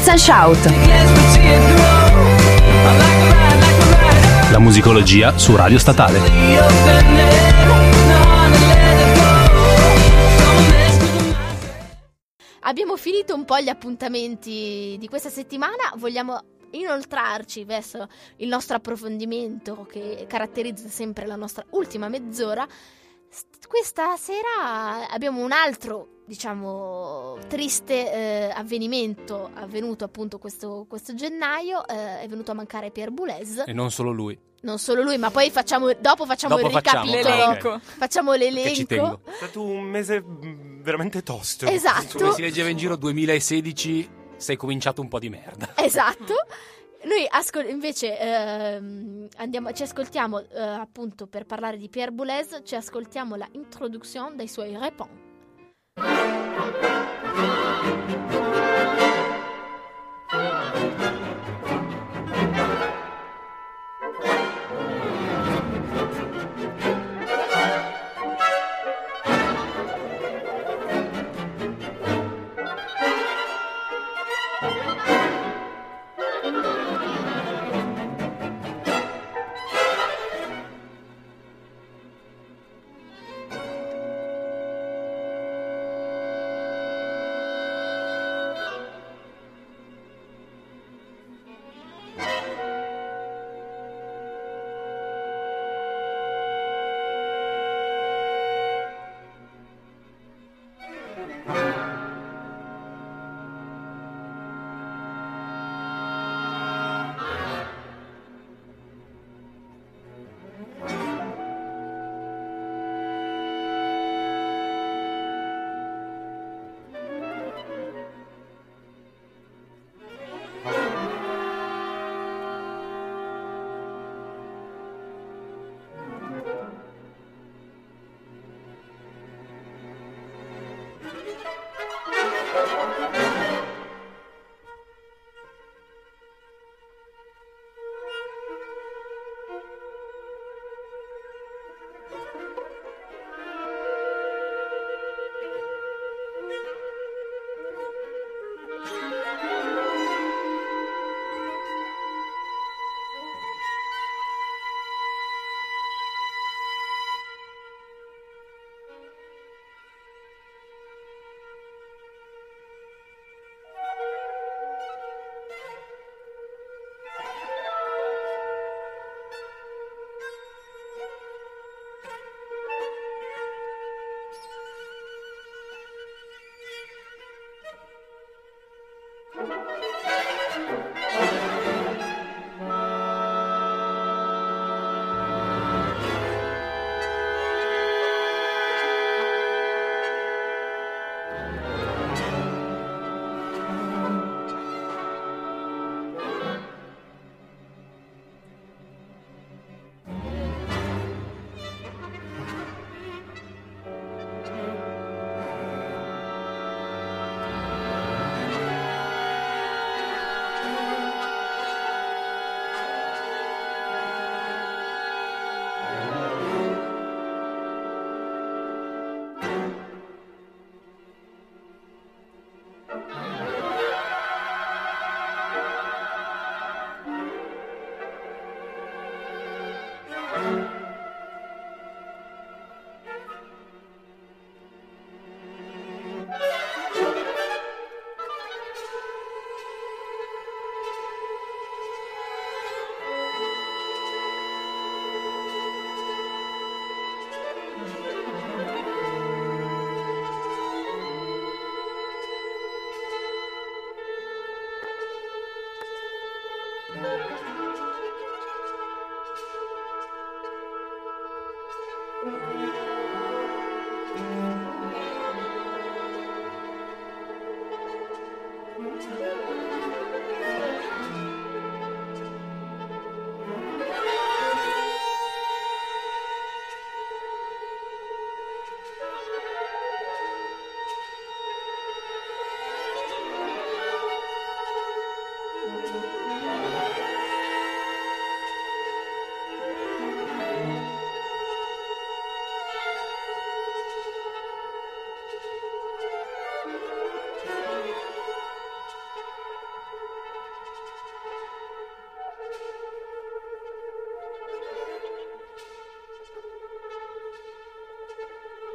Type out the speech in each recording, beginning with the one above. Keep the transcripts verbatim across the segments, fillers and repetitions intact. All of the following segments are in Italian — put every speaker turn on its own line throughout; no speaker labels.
and Shout.
La musicologia su Radio Statale.
Abbiamo finito un po' gli appuntamenti di questa settimana, vogliamo inoltrarci verso il nostro approfondimento che caratterizza sempre la nostra ultima mezz'ora. Questa sera abbiamo un altro, diciamo, triste eh, avvenimento avvenuto appunto questo, questo gennaio. Eh, è venuto a mancare Pierre Boulez.
E non solo lui.
Non solo lui, ma poi facciamo dopo facciamo
Dopo
il ricapitolo.
facciamo,
L'elenco.
okay.
Facciamo l'elenco.
Ci tengo.
È stato un mese veramente tosto.
Esatto.
Come si leggeva in giro duemilasedici, sei cominciato un po' di merda.
Esatto. Noi ascol- invece ehm, andiamo, ci ascoltiamo eh, appunto per parlare di Pierre Boulez, ci ascoltiamo la introduction dei suoi Répond.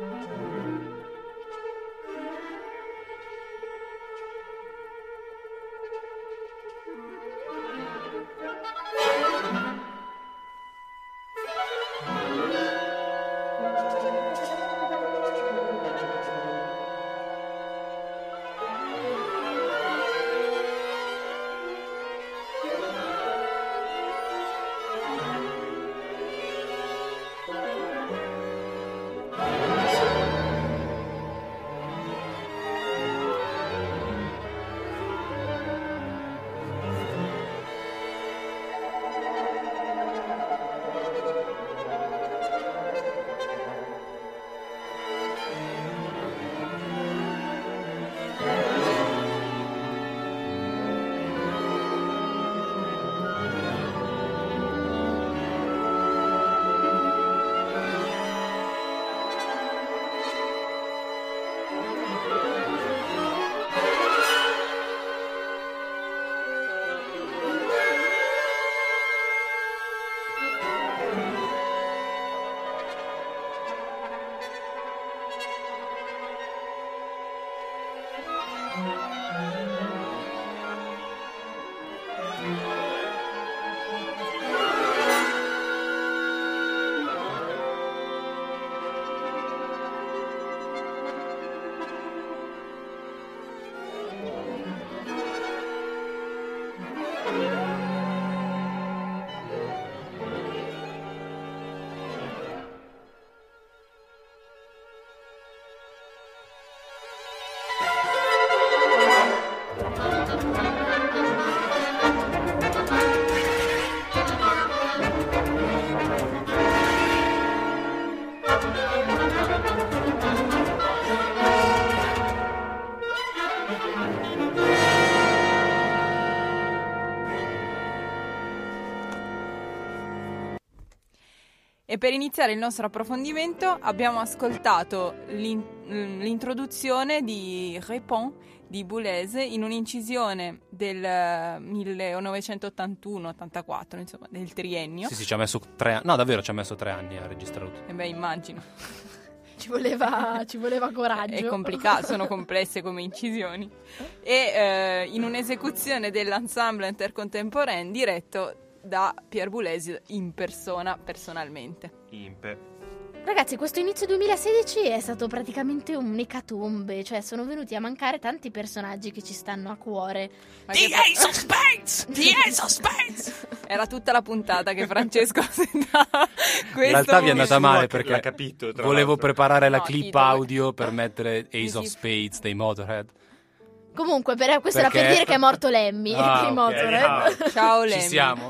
E per iniziare il nostro approfondimento abbiamo ascoltato l'in- l'introduzione di Répond di Boulez in un'incisione del millenovecentottantuno ottantaquattro, insomma, del triennio.
Sì, sì, ci ha messo tre anni. No, davvero ci ha messo tre anni a registrare tutto.
E beh, immagino.
Ci voleva, ci voleva coraggio.
È complicato, sono complesse come incisioni. E eh, in un'esecuzione dell'Ensemble Intercontemporain diretto da Pierre Boulez in persona, personalmente.
Impe.
Ragazzi, questo inizio duemilasedici è stato praticamente un'ecatombe, cioè sono venuti a mancare tanti personaggi che ci stanno a cuore.
Ma The che... Ace of Spades! The Ace of Spades! Era tutta la puntata che Francesco sentava.
In realtà vi è andata male perché
l'ha capito, tra
volevo
l'altro.
preparare la
No,
clip
idolo.
audio per mettere Ace of Spades dei Motorhead.
Comunque, per, questo
Perché?
era per dire che è morto Lemmy,
Ah,
i
ok,
Motorhead.
ah.
Ciao
Ci
Lemmy.
siamo.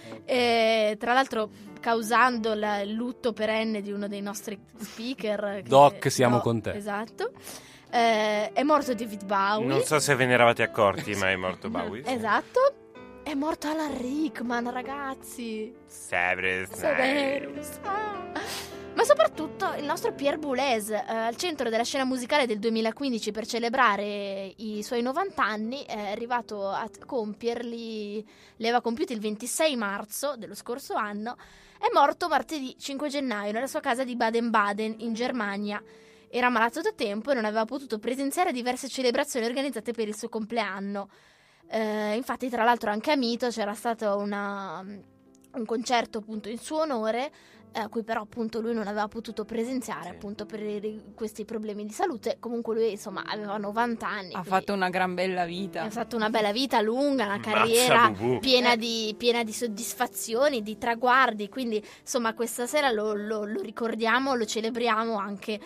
E, tra l'altro, causando la- il lutto perenne di uno dei nostri speaker. che-
Doc, siamo
no,
con te.
Esatto. Eh, è morto David Bowie.
Non so se ve ne eravate accorti, ma è morto Bowie.
Esatto. È morto Alan Rickman, ragazzi.
Severus
Severus. Ah. Ma soprattutto il nostro Pierre Boulez, eh, al centro della scena musicale del duemilaquindici per celebrare i suoi novanta anni, è arrivato a compierli, li aveva compiuti il ventisei marzo dello scorso anno, è morto martedì cinque gennaio nella sua casa di Baden-Baden in Germania. Era malato da tempo e non aveva potuto presenziare a diverse celebrazioni organizzate per il suo compleanno. Eh, infatti, tra l'altro, anche a Mito c'era stato una, un concerto appunto in suo onore, eh, a cui però appunto lui non aveva potuto presenziare,
Sì.
appunto per i- questi problemi di salute. Comunque lui insomma aveva novanta anni.
Ha
quindi
fatto una gran bella vita.
ha fatto una bella vita lunga, una
Mazza
carriera
bubù.
piena
Eh.
di, piena di soddisfazioni, di traguardi. Quindi insomma questa sera lo, lo- lo ricordiamo, lo celebriamo anche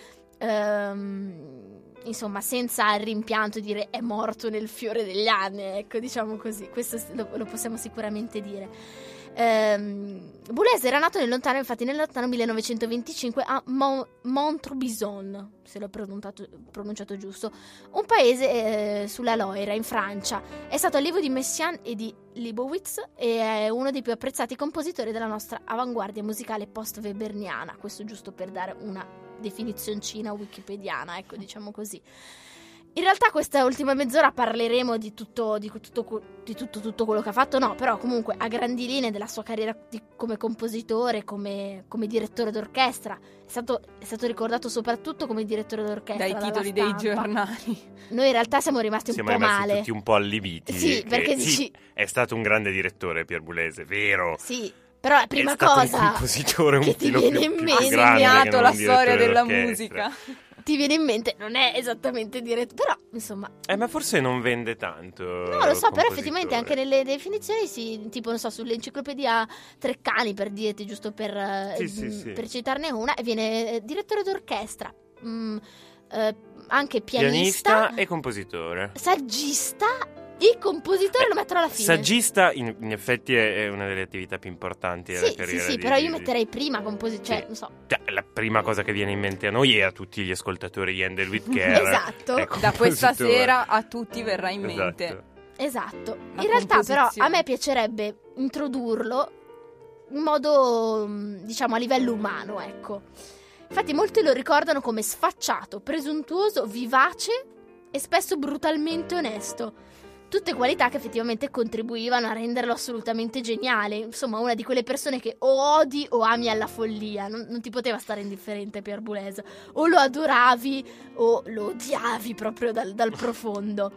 ehm, insomma senza il rimpianto di dire è morto nel fiore degli anni, ecco, diciamo così. Questo lo, lo possiamo sicuramente dire. Ehm, Boulez era nato nel lontano, infatti nel lontano millenovecentoventicinque a Mo- Montbrison, se l'ho pronunciato, pronunciato giusto, un paese eh, sulla Loira in Francia. È stato allievo di Messiaen e di Leibowitz e è uno dei più apprezzati compositori della nostra avanguardia musicale post-weberniana. Questo giusto per dare una definizioncina wikipediana, ecco, diciamo così. In realtà questa ultima mezz'ora parleremo di tutto, di tutto, di tutto, tutto quello che ha fatto, no, però comunque a grandi linee della sua carriera di, come compositore, come, come direttore d'orchestra. È stato, è stato ricordato soprattutto come direttore d'orchestra
dai titoli dei giornali.
Noi in realtà siamo rimasti
Siamo
un po'
rimasti
male.
tutti un po' allibiti.
Sì,
che-
perché
sì,
dici...
è stato un grande direttore Pier Bulese, vero?
Sì, però la prima
è stato
cosa
un compositore un
che ti
filo
viene
più,
in
più
mente-
Ha
grande che
segnato
non
la
un
storia
direttore
della
d'orchestra.
musica.
ti viene in mente, non è esattamente diretto, però insomma...
Eh, ma forse non vende tanto.
No, lo so, però effettivamente anche nelle definizioni si, tipo, non so, sull'enciclopedia Treccani, per dirti, giusto per, eh,
Sì, sì,
mh,
sì.
per citarne una, viene eh, direttore d'orchestra, mh, eh, anche
Pianista
pianista,
e compositore.
saggista e compositore, lo metterò alla fine.
Saggista in, in effetti è, è una delle attività più importanti della
Sì, sì,
carriera
sì,
di-
però io
di-
metterei prima compositore, cioè,
Sì.
non so.
Cioè, la prima cosa che viene in mente a noi e a tutti gli ascoltatori di Handel with Care
Esatto.
è
Da questa
compositore.
sera a tutti verrà in mente.
Esatto.
Esatto.
La
In realtà però a
composizione.
me piacerebbe introdurlo in modo, mh, diciamo, a livello umano, ecco. Infatti molti lo ricordano come sfacciato, presuntuoso, vivace e spesso brutalmente onesto. Tutte qualità che effettivamente contribuivano a renderlo assolutamente geniale. Insomma, una di quelle persone che o odi o ami alla follia. Non, non ti poteva stare indifferente Pier Bulese. O lo adoravi o lo odiavi proprio dal, dal profondo.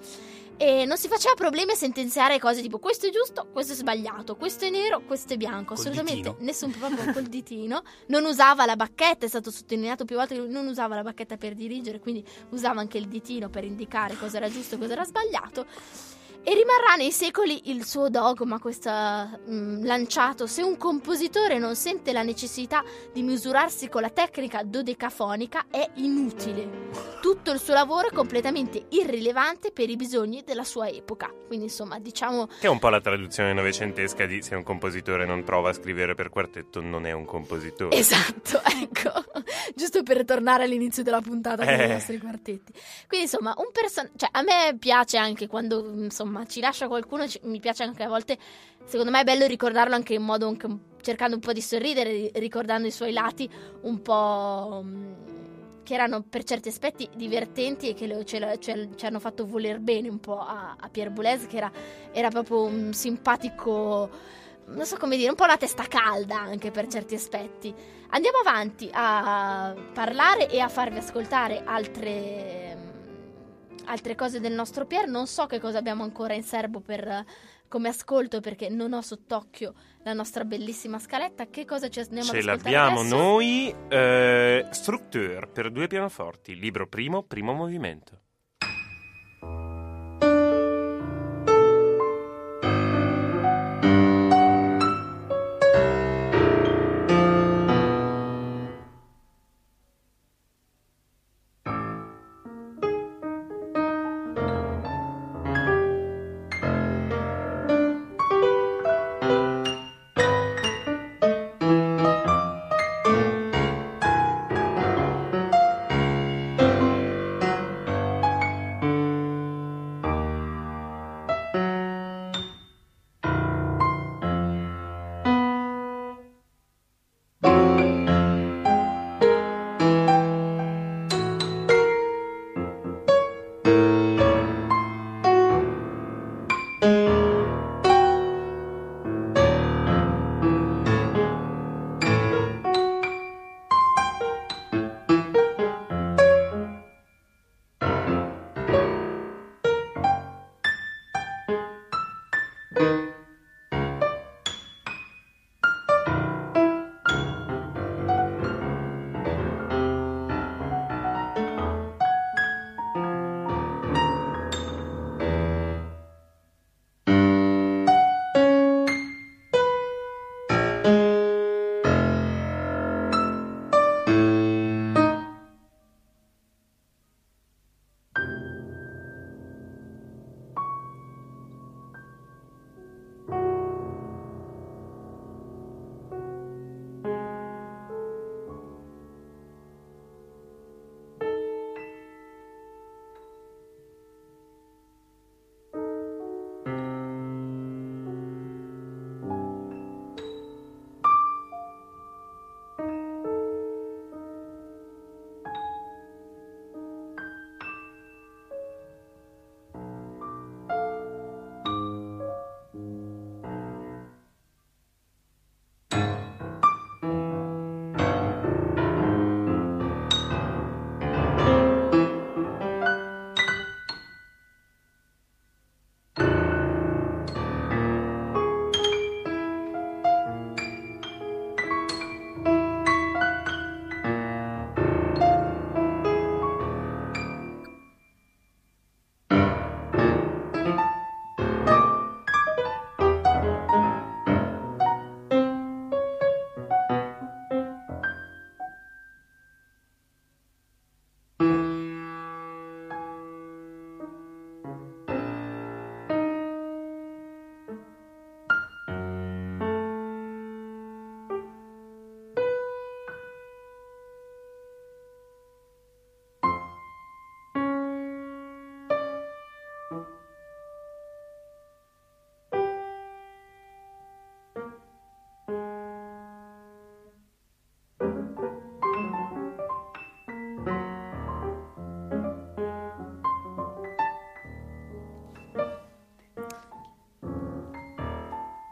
E non si faceva problemi a sentenziare cose tipo questo è giusto, questo è sbagliato, questo è nero, questo è bianco.
Col
Assolutamente
ditino.
nessun problema col ditino. Non usava la bacchetta, è stato sottolineato più volte che non usava la bacchetta per dirigere, quindi usava anche il ditino per indicare cosa era giusto e cosa era sbagliato. E rimarrà nei secoli il suo dogma, questo mm, lanciato: se un compositore non sente la necessità di misurarsi con la tecnica dodecafonica è inutile. Tutto il suo lavoro è completamente irrilevante per i bisogni della sua epoca. Quindi insomma, diciamo...
Che è un po' la traduzione novecentesca di se un compositore non prova a scrivere per quartetto non è un compositore.
Esatto, ecco, giusto per tornare all'inizio della puntata con
Eh.
i nostri quartetti. Quindi insomma, un personaggio, cioè a me piace anche quando insomma ci lascia qualcuno, ci- mi piace anche a volte, secondo me è bello ricordarlo anche in modo, anche un- cercando un po' di sorridere, ri- ricordando i suoi lati un po' mh, che erano per certi aspetti divertenti e che lo- ce la- ce- ci hanno fatto voler bene un po' a, a Pier Bulese, che era, era proprio un simpatico, non so come dire, un po' la testa calda anche per certi aspetti. Andiamo avanti a parlare e a farvi ascoltare altre, altre cose del nostro Pier. Non so che cosa abbiamo ancora in serbo per, come ascolto, perché non ho sott'occhio la nostra bellissima scaletta. Che cosa ci andiamo ad
Ce
ascoltare
l'abbiamo
adesso?
noi, eh, Structure per due pianoforti, libro primo, primo movimento.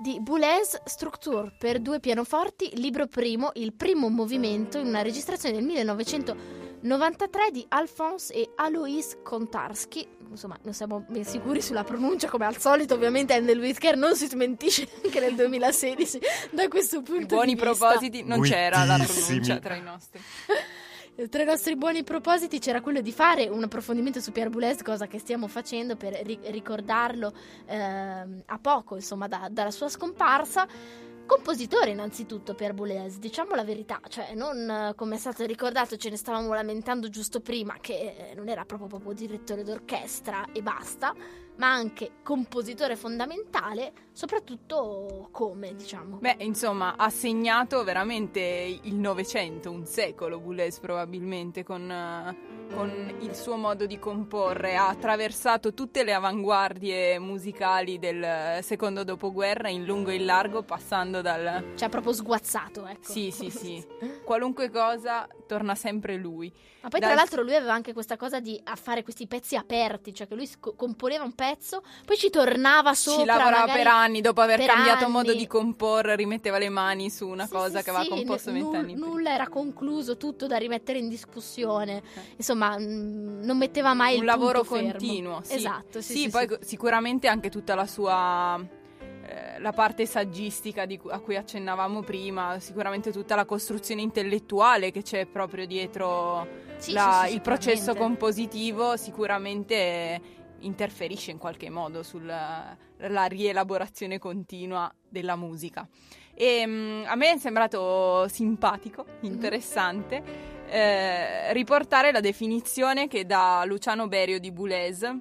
di Boulez, Structure per due pianoforti, libro primo, il primo movimento, in una registrazione del millenovecentonovantatré di Alphonse e Alois Kontarski. Insomma, non siamo ben sicuri sulla pronuncia, come al solito. Ovviamente Handel Whittaker non si smentisce neanche nel duemilasedici da questo punto di
buoni
vista.
propositi, non c'era la
Guidissimi.
pronuncia tra i nostri.
Tra i nostri buoni propositi c'era quello di fare un approfondimento su Pierre Boulez, cosa che stiamo facendo per ri- ricordarlo ehm, a poco, insomma, da- dalla sua scomparsa. Compositore innanzitutto Pierre Boulez, diciamo la verità, cioè non eh, come è stato ricordato, ce ne stavamo lamentando giusto prima, che eh, non era proprio proprio direttore d'orchestra e basta, ma anche compositore fondamentale, soprattutto come, diciamo.
Beh, insomma, ha segnato veramente il Novecento, un secolo Boulez probabilmente, con, eh, con il suo modo di comporre. Ha attraversato tutte le avanguardie musicali del secondo dopoguerra in lungo e in largo, passando dal...
Cioè proprio sguazzato, ecco.
Sì, sì, sì. Qualunque cosa torna sempre lui.
Ma poi
Dal-
tra l'altro lui aveva anche questa cosa di a fare questi pezzi aperti, cioè che lui sc- componeva un pezzo, poi ci tornava sopra,
Ci lavorava
magari
per anni, dopo aver
per
cambiato
anni.
modo di comporre, rimetteva le mani su una
Sì,
cosa
sì,
che aveva
sì,
composto
n-
vent'anni
null-
prima.
Nulla era concluso, tutto da rimettere in discussione.
Eh.
Insomma, mh, non metteva mai
Un
il
lavoro
punto fermo.
continuo, sì.
Esatto, sì,
Sì,
sì,
poi
sì.
co- sicuramente anche tutta la sua eh, la parte saggistica di cu- a cui accennavamo prima, sicuramente tutta la costruzione intellettuale che c'è proprio dietro
Sì,
la-
sì, sì,
il processo
sicuramente.
compositivo, sicuramente interferisce in qualche modo sulla la rielaborazione continua della musica. E mh, a me è sembrato simpatico, interessante, eh, riportare la definizione che dà Luciano Berio di Boulez,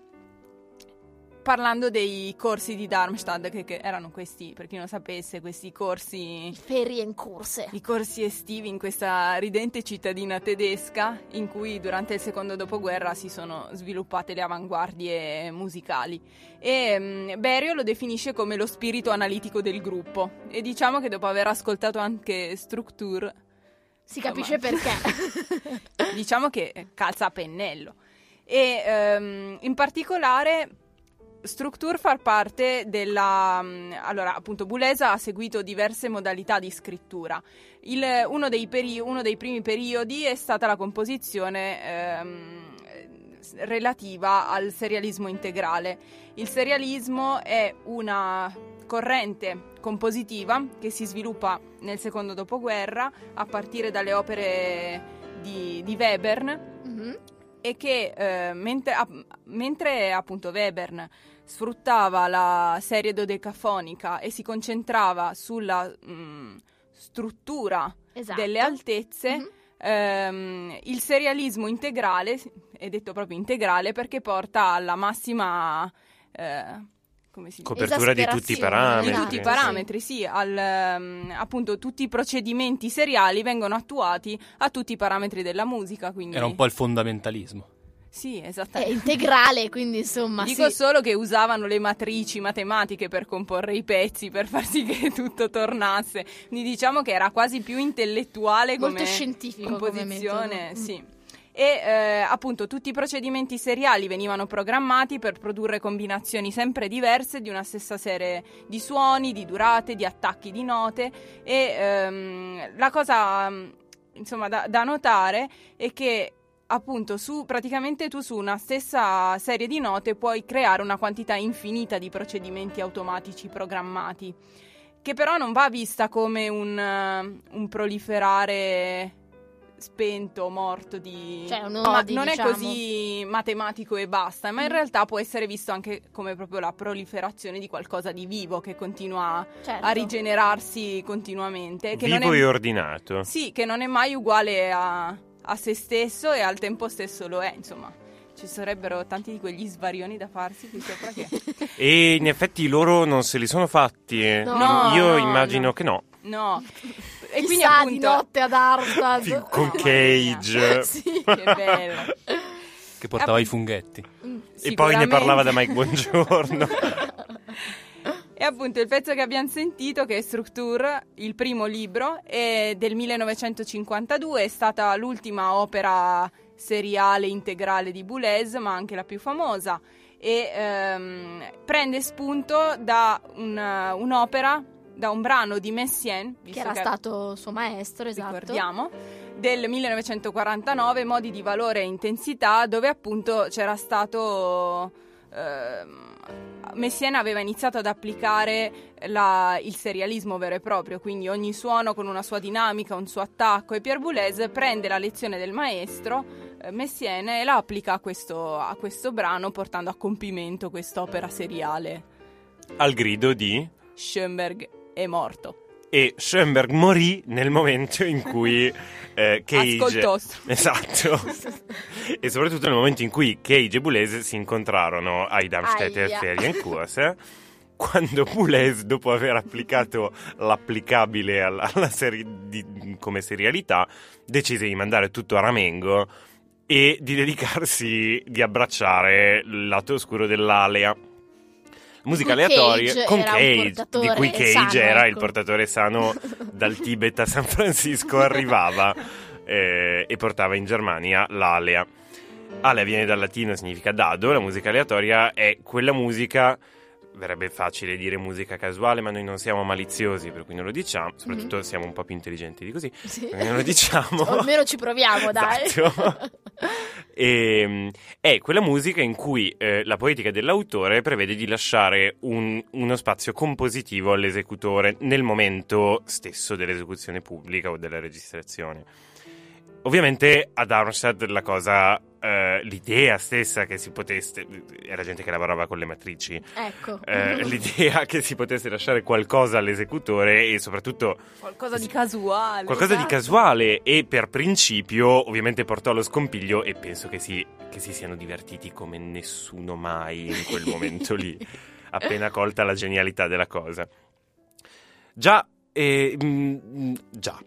parlando dei corsi di Darmstadt, che, che erano questi, per chi non sapesse, questi corsi,
Ferie in corse.
i corsi estivi in questa ridente cittadina tedesca, in cui durante il secondo dopoguerra si sono sviluppate le avanguardie musicali. E mh, Berio lo definisce come lo spirito analitico del gruppo, e diciamo che dopo aver ascoltato anche Structure,
Si
insomma,
capisce perché.
diciamo che calza a pennello. E ehm, in particolare Structure fa parte della... Allora, appunto, Boulez ha seguito diverse modalità di scrittura. Il, uno, dei peri- uno dei primi periodi è stata la composizione ehm, relativa al serialismo integrale. Il serialismo è una corrente compositiva che si sviluppa nel secondo dopoguerra a partire dalle opere di, di Webern,
Mhm.
e che eh, mentre, a- mentre appunto Webern sfruttava la serie dodecafonica e si concentrava sulla mh, struttura
Esatto.
delle altezze,
Mhm.
ehm, il serialismo integrale è detto proprio integrale perché porta alla massima eh, come si dice?
Copertura di tutti i
Esasperazione,
parametri.
Di tutti i
Esatto,
parametri, sì, al, ehm, appunto tutti i procedimenti seriali vengono attuati a tutti i parametri della musica, quindi
Era un po' il fondamentalismo.
sì,
È
esattamente.
integrale, quindi insomma,
Dico
sì.
solo che usavano le matrici matematiche per comporre i pezzi, per far sì che tutto tornasse. Quindi diciamo che era quasi più intellettuale
Molto
come
scientifico come
composizione,
metodo.
sì. E eh, appunto tutti i procedimenti seriali venivano programmati per produrre combinazioni sempre diverse di una stessa serie di suoni, di durate, di attacchi di note, e ehm, la cosa insomma da, da notare è che appunto su praticamente tu su una stessa serie di note puoi creare una quantità infinita di procedimenti automatici programmati, che però non va vista come un, uh, un proliferare spento, morto di...
Cioè, un
No,
odi,
non
diciamo.
è così matematico e basta, ma in
Mm.
realtà può essere visto anche come proprio la proliferazione di qualcosa di vivo che continua
Certo.
a rigenerarsi continuamente. Che non
Vivo
è...
e ordinato.
Sì, che non è mai uguale a, a se stesso e al tempo stesso lo è, insomma. Ci sarebbero tanti di quegli svarioni da farsi qui sopra che...
E in effetti loro non se li sono fatti. eh.
No,
Io
no,
immagino
no.
che no.
No. E quindi
Chissà,
appunto...
di notte ad Arstad.
Sì, con
mamma mia.
Cage.
Sì.
Che bello.
Che portava i funghetti.
E poi ne parlava da Mike
Sicuramente.
Buongiorno.
E appunto il pezzo che abbiamo sentito, che è Structure, il primo libro, è del millenovecentocinquantadue, è stata l'ultima opera seriale integrale di Boulez, ma anche la più famosa, e ehm, prende spunto da un, un'opera da un brano di Messiaen,
che era
che
stato suo maestro, esatto.
Ricordiamo, del millenovecentoquarantanove, Modi di valore e intensità, dove appunto c'era stato... Eh, Messiaen aveva iniziato ad applicare la, il serialismo vero e proprio, quindi ogni suono con una sua dinamica, un suo attacco, e Pierre Boulez prende la lezione del maestro eh, Messiaen e la applica a questo, a questo brano, portando a compimento quest'opera seriale.
Al grido di...
Schoenberg è morto.
E Schoenberg morì nel momento in cui eh, Cage...
Ascoltò.
Esatto. E soprattutto nel momento in cui Cage e Boulez si incontrarono ai Darmstädter
Aia.
Ferienkurs, eh, quando Boulez, dopo aver applicato l'applicabile alla, alla serie di, come serialità, decise di mandare tutto a ramengo e di dedicarsi, di abbracciare il lato oscuro dell'alea. Musica
Cui
aleatoria
Cage
con
era un
Cage,
portatore
di cui Cage
sano,
era
ecco.
il portatore sano dal Tibet a San Francisco, arrivava eh, e portava in Germania l'alea. Alea viene dal latino, significa dado. La musica aleatoria è quella musica, verrebbe facile dire musica casuale, ma noi non siamo maliziosi, per cui non lo diciamo, soprattutto mm-hmm. siamo un po' più intelligenti di così,
sì.
non lo diciamo.
O almeno ci proviamo, dai.
Esatto. E, è quella musica in cui eh, la poetica dell'autore prevede di lasciare un, uno spazio compositivo all'esecutore nel momento stesso dell'esecuzione pubblica o della registrazione. Ovviamente a Darmstadt la cosa, eh, l'idea stessa che si potesse, era gente che lavorava con le matrici,
Ecco.
eh, l'idea che si potesse lasciare qualcosa all'esecutore e soprattutto
Qualcosa di casuale.
qualcosa
esatto.
di casuale, e per principio ovviamente portò allo scompiglio, e penso che si, che si siano divertiti come nessuno mai in quel momento lì, appena colta la genialità della cosa. Già, eh, mm, già.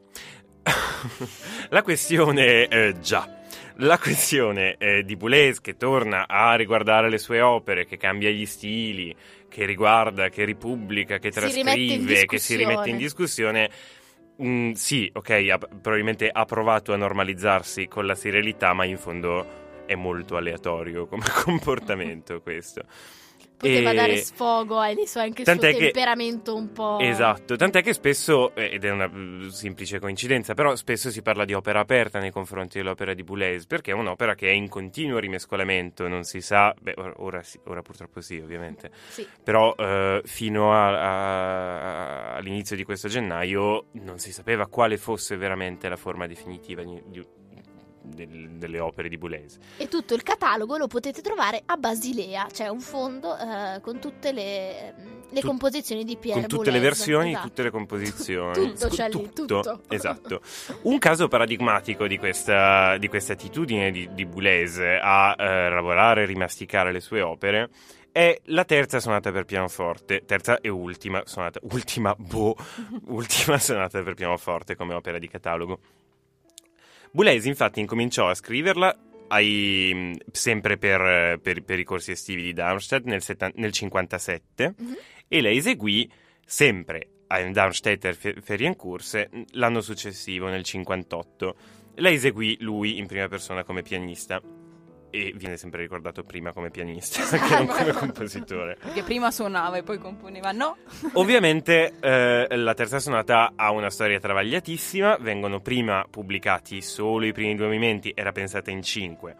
La questione, eh, già, la questione eh, di Boulez, che torna a riguardare le sue opere, che cambia gli stili, che riguarda, che ripubblica, che
Si rimette in
trascrive, che si rimette in
discussione.
discussione, mm, sì, ok, ha, probabilmente ha provato a normalizzarsi con la serialità, ma in fondo è molto aleatorio come comportamento questo.
Poteva
E...
dare sfogo ai suoi, anche il suo
Tant'è che-
temperamento un po'...
Esatto, tant'è che spesso, eh, ed è una uh, semplice coincidenza, però spesso si parla di opera aperta nei confronti dell'opera di Boulez, perché è un'opera che è in continuo rimescolamento, non si sa, beh, or- ora, sì, ora purtroppo sì, ovviamente,
Sì.
però eh, fino a, a, all'inizio di questo gennaio non si sapeva quale fosse veramente la forma definitiva di, di, del, delle opere di Boulez.
E tutto il catalogo lo potete trovare a Basilea, c'è un fondo eh, con tutte le, le
Tut-
composizioni di Pierre
Con tutte
Boulez.
le versioni,
Esatto.
tutte le composizioni.
Tutto
Scu-
c'è lì, tutto.
Esatto. Un caso paradigmatico di questa, di questa attitudine di, di Boulez a eh, lavorare e rimasticare le sue opere è la terza sonata per pianoforte, terza e ultima sonata, ultima, boh, ultima sonata per pianoforte come opera di catalogo. Boulez infatti incominciò a scriverla ai, sempre per, per, per i corsi estivi di Darmstadt nel, setta, nel cinquantasette
Mhm.
e la eseguì sempre ai Darmstädter Ferienkurs l'anno successivo, nel cinquantotto. La eseguì lui in prima persona come pianista e viene sempre ricordato prima come pianista che non come compositore.
Perché prima suonava e poi componeva. No!
Ovviamente eh, la terza sonata ha una storia travagliatissima, vengono prima pubblicati solo i primi due movimenti, era pensata in cinque,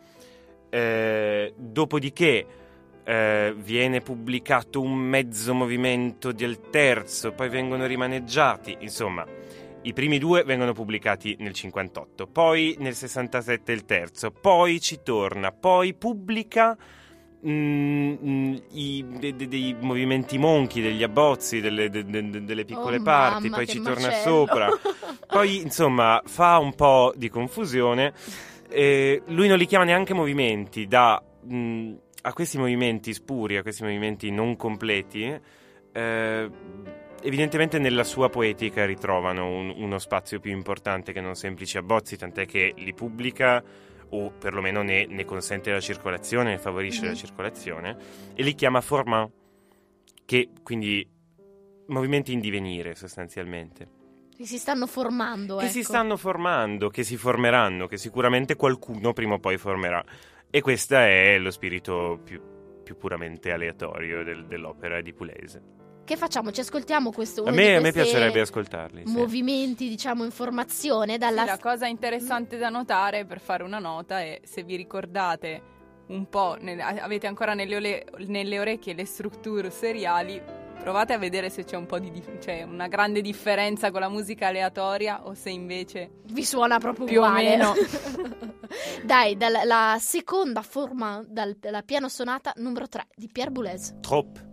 eh, dopodiché eh, viene pubblicato un mezzo movimento del terzo, poi vengono rimaneggiati, insomma i primi due vengono pubblicati nel cinquantotto, poi nel sessantasette il terzo, poi ci torna, poi pubblica Mm, mm, i, de, de, dei movimenti monchi, degli abbozzi, delle, de, de, delle piccole
Oh,
parti,
mamma,
poi
che
ci torna
macello.
sopra, poi insomma fa un po' di confusione. Eh, lui non li chiama neanche movimenti, da mh, a questi movimenti spuri, a questi movimenti non completi, eh, evidentemente nella sua poetica ritrovano un, uno spazio più importante che non semplici abbozzi, tant'è che li pubblica, o perlomeno ne, ne consente la circolazione, ne favorisce
Mm-hmm.
la circolazione, e li chiama formant, che quindi movimenti in divenire sostanzialmente,
Che si stanno formando,
che
ecco.
si stanno formando, che si formeranno, che sicuramente qualcuno prima o poi formerà, e questo è lo spirito più, più puramente aleatorio del, dell'opera di Boulez.
che facciamo? Ci ascoltiamo questo
A
uno
me,
di
a me
queste
piacerebbe ascoltarli. Sì.
movimenti, diciamo, informazione dalla
Sì, la cosa interessante da notare, per fare una nota, è se vi ricordate un po', nel- avete ancora nelle, ole- nelle orecchie le strutture seriali, provate a vedere se c'è un po' di dif- cioè una grande differenza con la musica aleatoria o se invece
vi suona proprio
più o
uguale.
meno.
Dai, dalla la seconda forma dal- della piano sonata numero tre di Pierre Boulez.
Trop.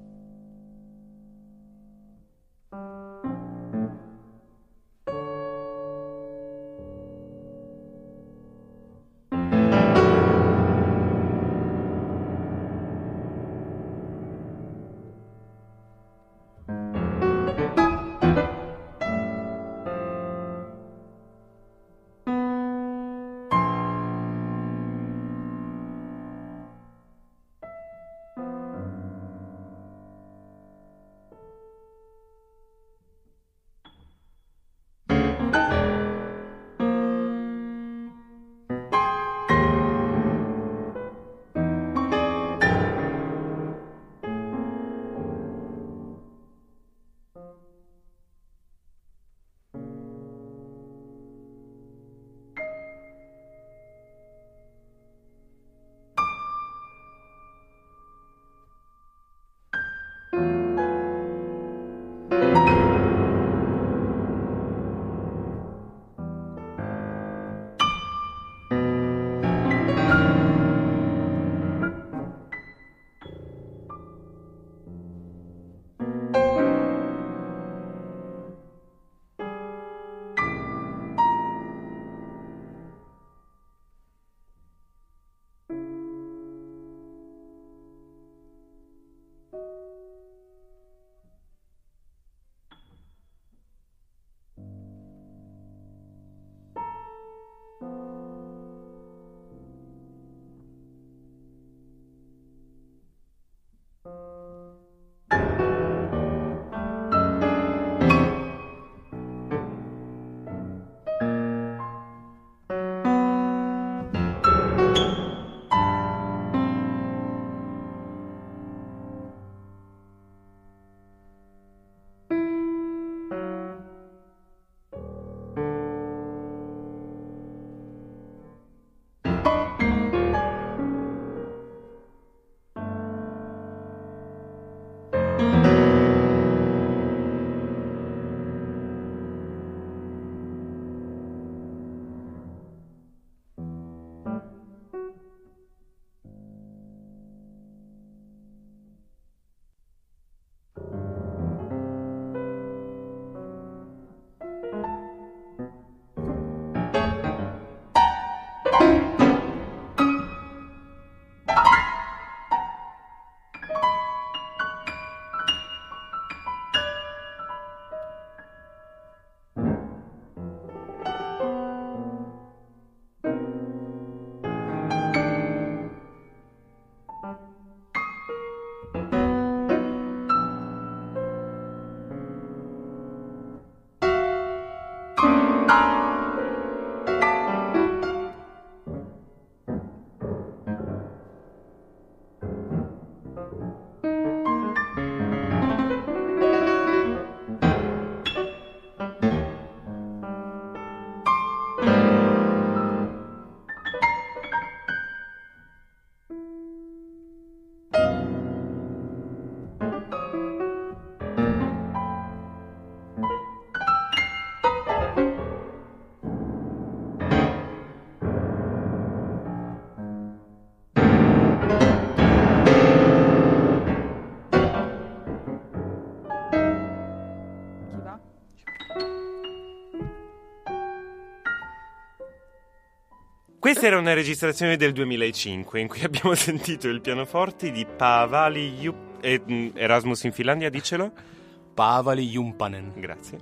Questa era una registrazione del duemilacinque in cui abbiamo sentito il pianoforte di Paavali Jup- eh, Erasmus in Finlandia, dicelo.
Paavali Jumpanen.
Grazie.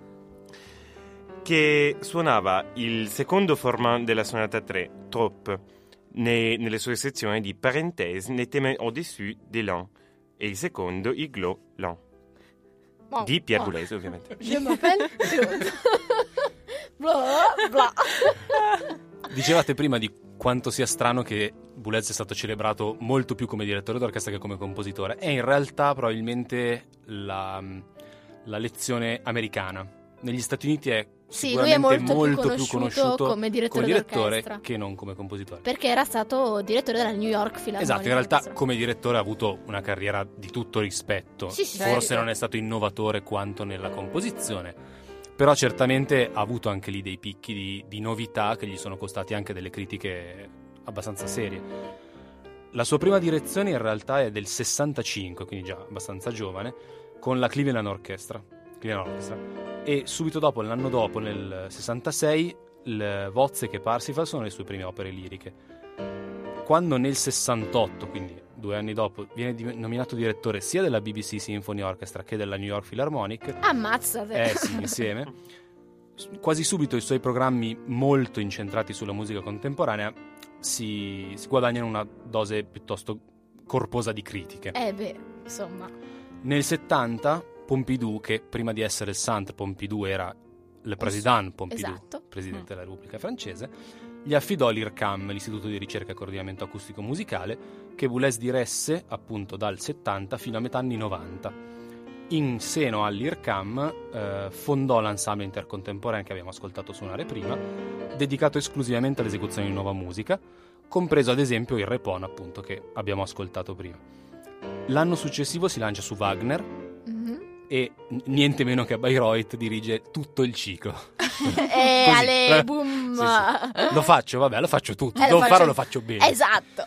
Che suonava il secondo format della sonata tre, Trop, ne, nelle sue sezioni di parenthèse, ne thème au-dessus des lents, e il secondo, il glo lent.
Oh,
Di Pierre
oh.
Boulez, ovviamente.
Je m'appelle Jules. Bla bla.
Dicevate prima di quanto sia strano che Boulez è stato celebrato molto più come direttore d'orchestra che come compositore. E in realtà probabilmente la, la lezione americana. Negli Stati Uniti è
Sì, lui è
sicuramente
molto,
molto
più,
più
conosciuto
conosciuto
come direttore,
come direttore
d'orchestra,
che non come compositore.
perché era stato direttore della New York Philharmonic
Esatto, in realtà
Orchestra.
come direttore ha avuto una carriera di tutto rispetto.
Sì, sì,
Forse
sì.
non è stato innovatore quanto nella composizione, però certamente ha avuto anche lì dei picchi di, di novità che gli sono costati anche delle critiche abbastanza serie. La sua prima direzione in realtà è del sessantacinque, quindi già abbastanza giovane, con la Cleveland Orchestra. Cleveland Orchestra. E subito dopo, l'anno dopo, nel sessantasei, il Wozzeck e Parsifal sono le sue prime opere liriche. Quando nel sessantotto, quindi due anni dopo, viene di- nominato direttore sia della B B C Symphony Orchestra che della New York Philharmonic,
Ammazzate.
eh sì, insieme, s- quasi subito i suoi programmi molto incentrati sulla musica contemporanea si, si guadagnano una dose piuttosto corposa di critiche.
Eh beh, insomma.
Nel settanta Pompidou, che prima di essere il Centre Pompidou era il Président Pompidou,
Esatto.
presidente della Repubblica francese, gli affidò l'I R C A M, l'Istituto di Ricerca e Coordinamento Acustico Musicale, che Boulez diresse appunto dal settanta fino a metà anni novanta. In seno all'I R C A M eh, fondò l'ensemble intercontemporaneo che abbiamo ascoltato suonare prima, dedicato esclusivamente all'esecuzione di nuova musica, compreso ad esempio il Repon, appunto, che abbiamo ascoltato prima. L'anno successivo si lancia su Wagner
Mhm.
e n- niente meno che Bayreuth dirige tutto il ciclo.
Eh,
Così.
ale, boom.
Sì, sì. Lo faccio, vabbè, lo faccio tutto.
Eh, lo
Devo
faccio-
farlo, lo faccio bene.
Esatto.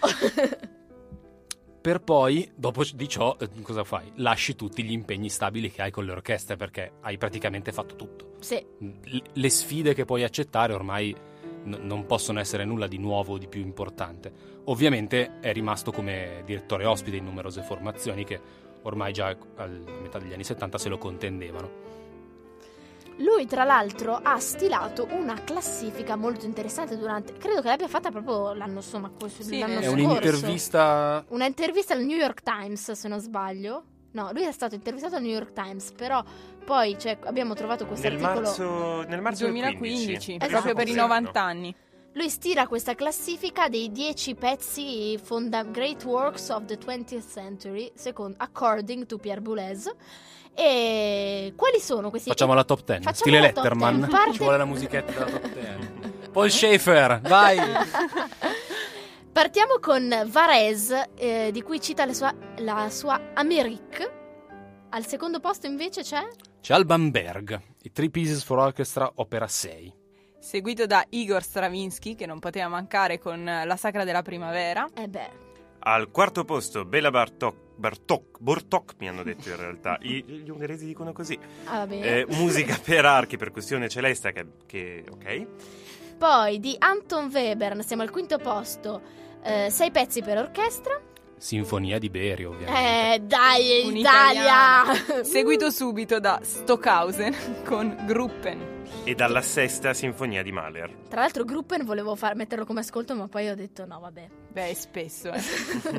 Per poi, dopo di ciò, eh, cosa fai? Lasci tutti gli impegni stabili che hai con le orchestre, perché hai praticamente fatto tutto.
Sì.
L- le sfide che puoi accettare ormai n- non possono essere nulla di nuovo o di più importante. Ovviamente è rimasto come direttore ospite in numerose formazioni che ormai già a metà degli anni settanta se lo contendevano.
Lui, tra l'altro, ha stilato una classifica molto interessante durante... Credo che l'abbia fatta proprio l'anno, insomma, questo-
Sì,
l'anno
è
È
scorso.
un'intervista...
Una intervista al New York Times, se non sbaglio. No, lui è stato intervistato al New York Times, però poi cioè, abbiamo trovato questo
Nel
articolo...
marzo, nel marzo del
duemilaquindici,
quindici.
Esatto.
proprio per i
Sì.
novanta anni.
Lui stila questa classifica dei dieci pezzi fonda- Great Works of the twentieth Century, secondo, according to Pierre Boulez. E quali sono questi?
Facciamo la top ten,
Facciamo
stile
la top
Letterman.
ten. Parte-
Ci vuole la musichetta della top ten. Paul Schaefer, vai!
Partiamo con Varese, eh, di cui cita la sua, la sua Amérique. Al secondo posto invece c'è...
C'è Alban Berg, i Three Pieces for Orchestra, opera sei.
Seguito da Igor Stravinsky, che non poteva mancare con La Sacra della Primavera.
Eh beh,
Al quarto posto Bela Bartok, Bartok, Bortok mi hanno detto in realtà, I, gli ungheresi dicono così.
ah, va bene.
Eh, musica per archi, percussione celeste, che, che ok.
Poi di Anton Webern siamo al quinto posto, eh, sei pezzi per orchestra.
Sinfonia di Berio, ovviamente.
Eh, dai,
Un
Italia!
Seguito subito da Stockhausen con Gruppen.
E dalla sesta sinfonia di Mahler.
Tra l'altro Gruppen volevo far metterlo come ascolto, ma poi ho detto no, vabbè.
Beh, spesso, eh.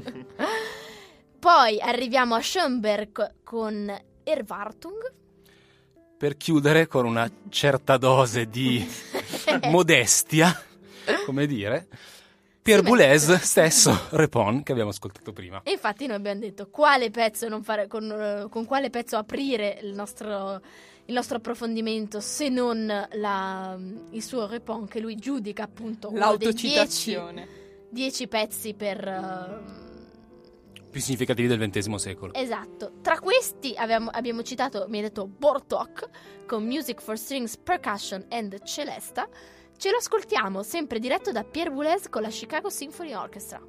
Poi arriviamo a Schoenberg con Erwartung.
Per chiudere con una certa dose di modestia, come dire, Pierre
Sì,
Boulez
beh.
stesso, Repon, che abbiamo ascoltato prima.
E infatti noi abbiamo detto quale pezzo non fare, con, eh, con quale pezzo aprire il nostro, il nostro approfondimento se non la, il suo Repon, che lui giudica appunto uno dei dieci,
L'autocitazione.
dieci pezzi per... eh,
Più significativi del ventesimo secolo.
Esatto. Tra questi abbiamo, abbiamo citato, mi ha detto Bartók con Music for Strings, Percussion and Celesta. Ce lo ascoltiamo, sempre diretto da Pierre Boulez con la Chicago Symphony Orchestra.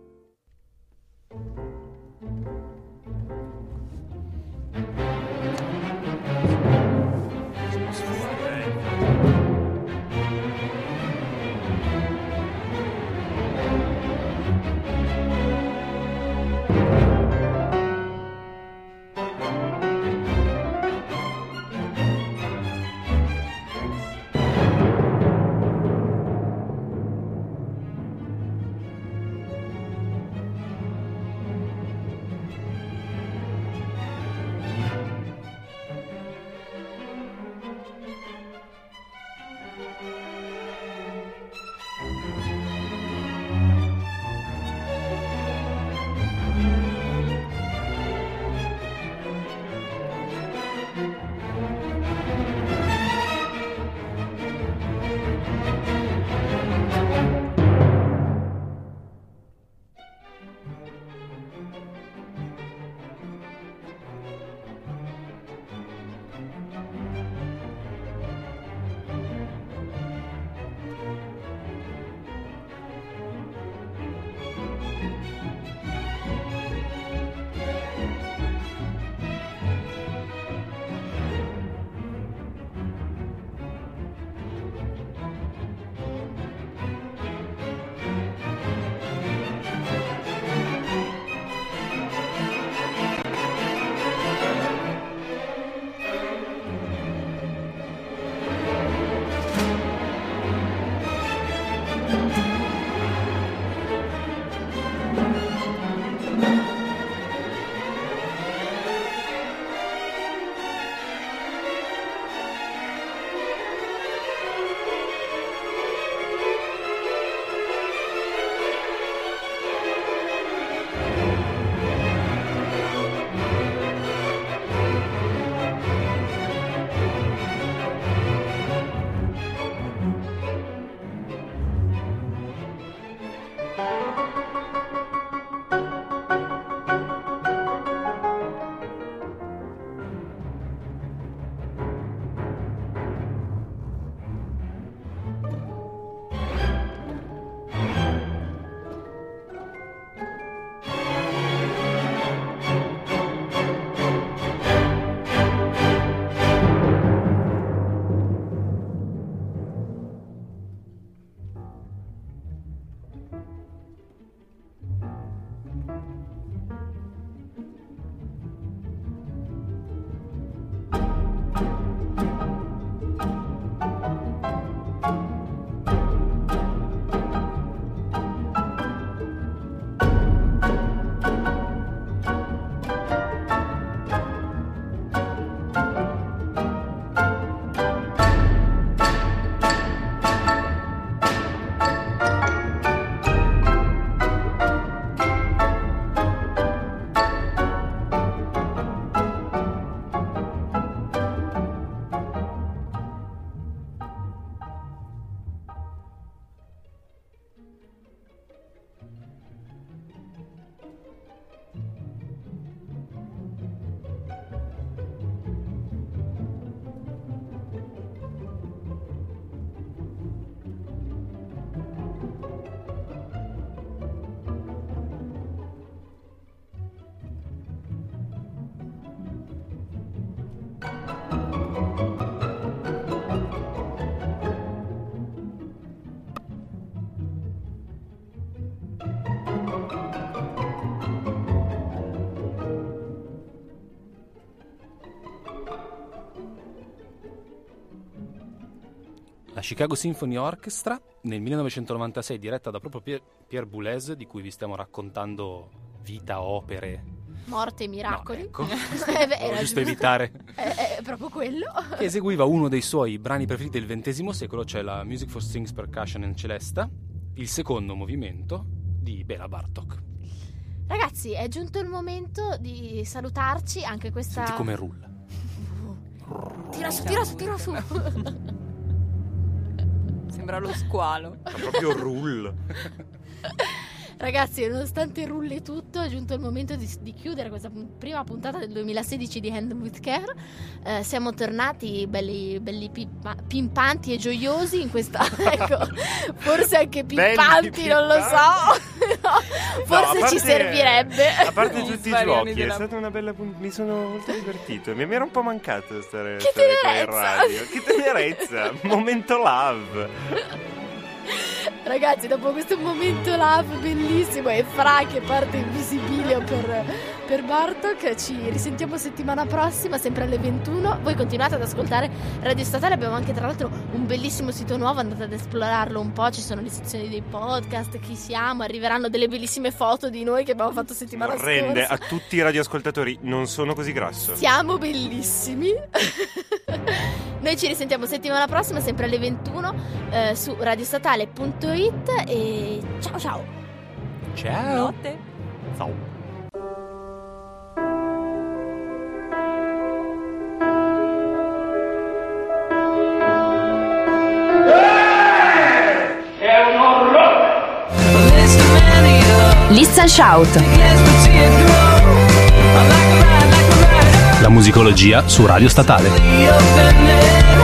La Chicago Symphony Orchestra, nel millenovecentonovantasei, diretta da proprio Pierre, Pierre Boulez, di cui vi stiamo raccontando vita, opere,
morte e miracoli.
No, ecco.
Eh beh, era
giusto evitare.
È, è proprio quello.
Che eseguiva uno dei suoi brani preferiti del ventesimo secolo, cioè la Music for Strings, Percussion and Celesta, il secondo movimento di Béla Bartók.
Ragazzi, è giunto il momento di salutarci. Anche questa.
Senti come rulla.
Tira su, tira su, tira su.
Sembra lo squalo.
È proprio rull.
Ragazzi, nonostante rulli tutto, è giunto il momento di, di chiudere questa pun- prima puntata del duemilasedici di Hand with Care. Eh, siamo tornati belli, belli pimpa- pimpanti e gioiosi in questa. Ecco, forse anche pimpanti, non lo so. No, forse
No, a
ci
parte-
servirebbe.
A parte
Gli
tutti i
svarioni
giochi,
della-
è stata una bella punt- mi sono molto divertito. Mi mi era un po' mancato stare,
Che
stare qua in
tenerezza!
radio. Che tenerezza! Momento love.
Ragazzi, dopo questo momento love bellissimo e Fra che parte in visibilio per, per Bartók, ci risentiamo settimana prossima, sempre alle ventuno. Voi continuate ad ascoltare Radio Statale, abbiamo anche tra l'altro un bellissimo sito nuovo, andate ad esplorarlo un po', ci sono le sezioni dei podcast, chi siamo, arriveranno delle bellissime foto di noi che abbiamo fatto settimana
Rende
scorsa.
a tutti i radioascoltatori, non sono così grasso.
Siamo bellissimi. Noi ci risentiamo settimana prossima, sempre alle ventuno, eh, su radiostatale punto it e ciao ciao.
Ciao!
Notte.
Ciao.
Listen Shout.
La musicologia su Radio Statale.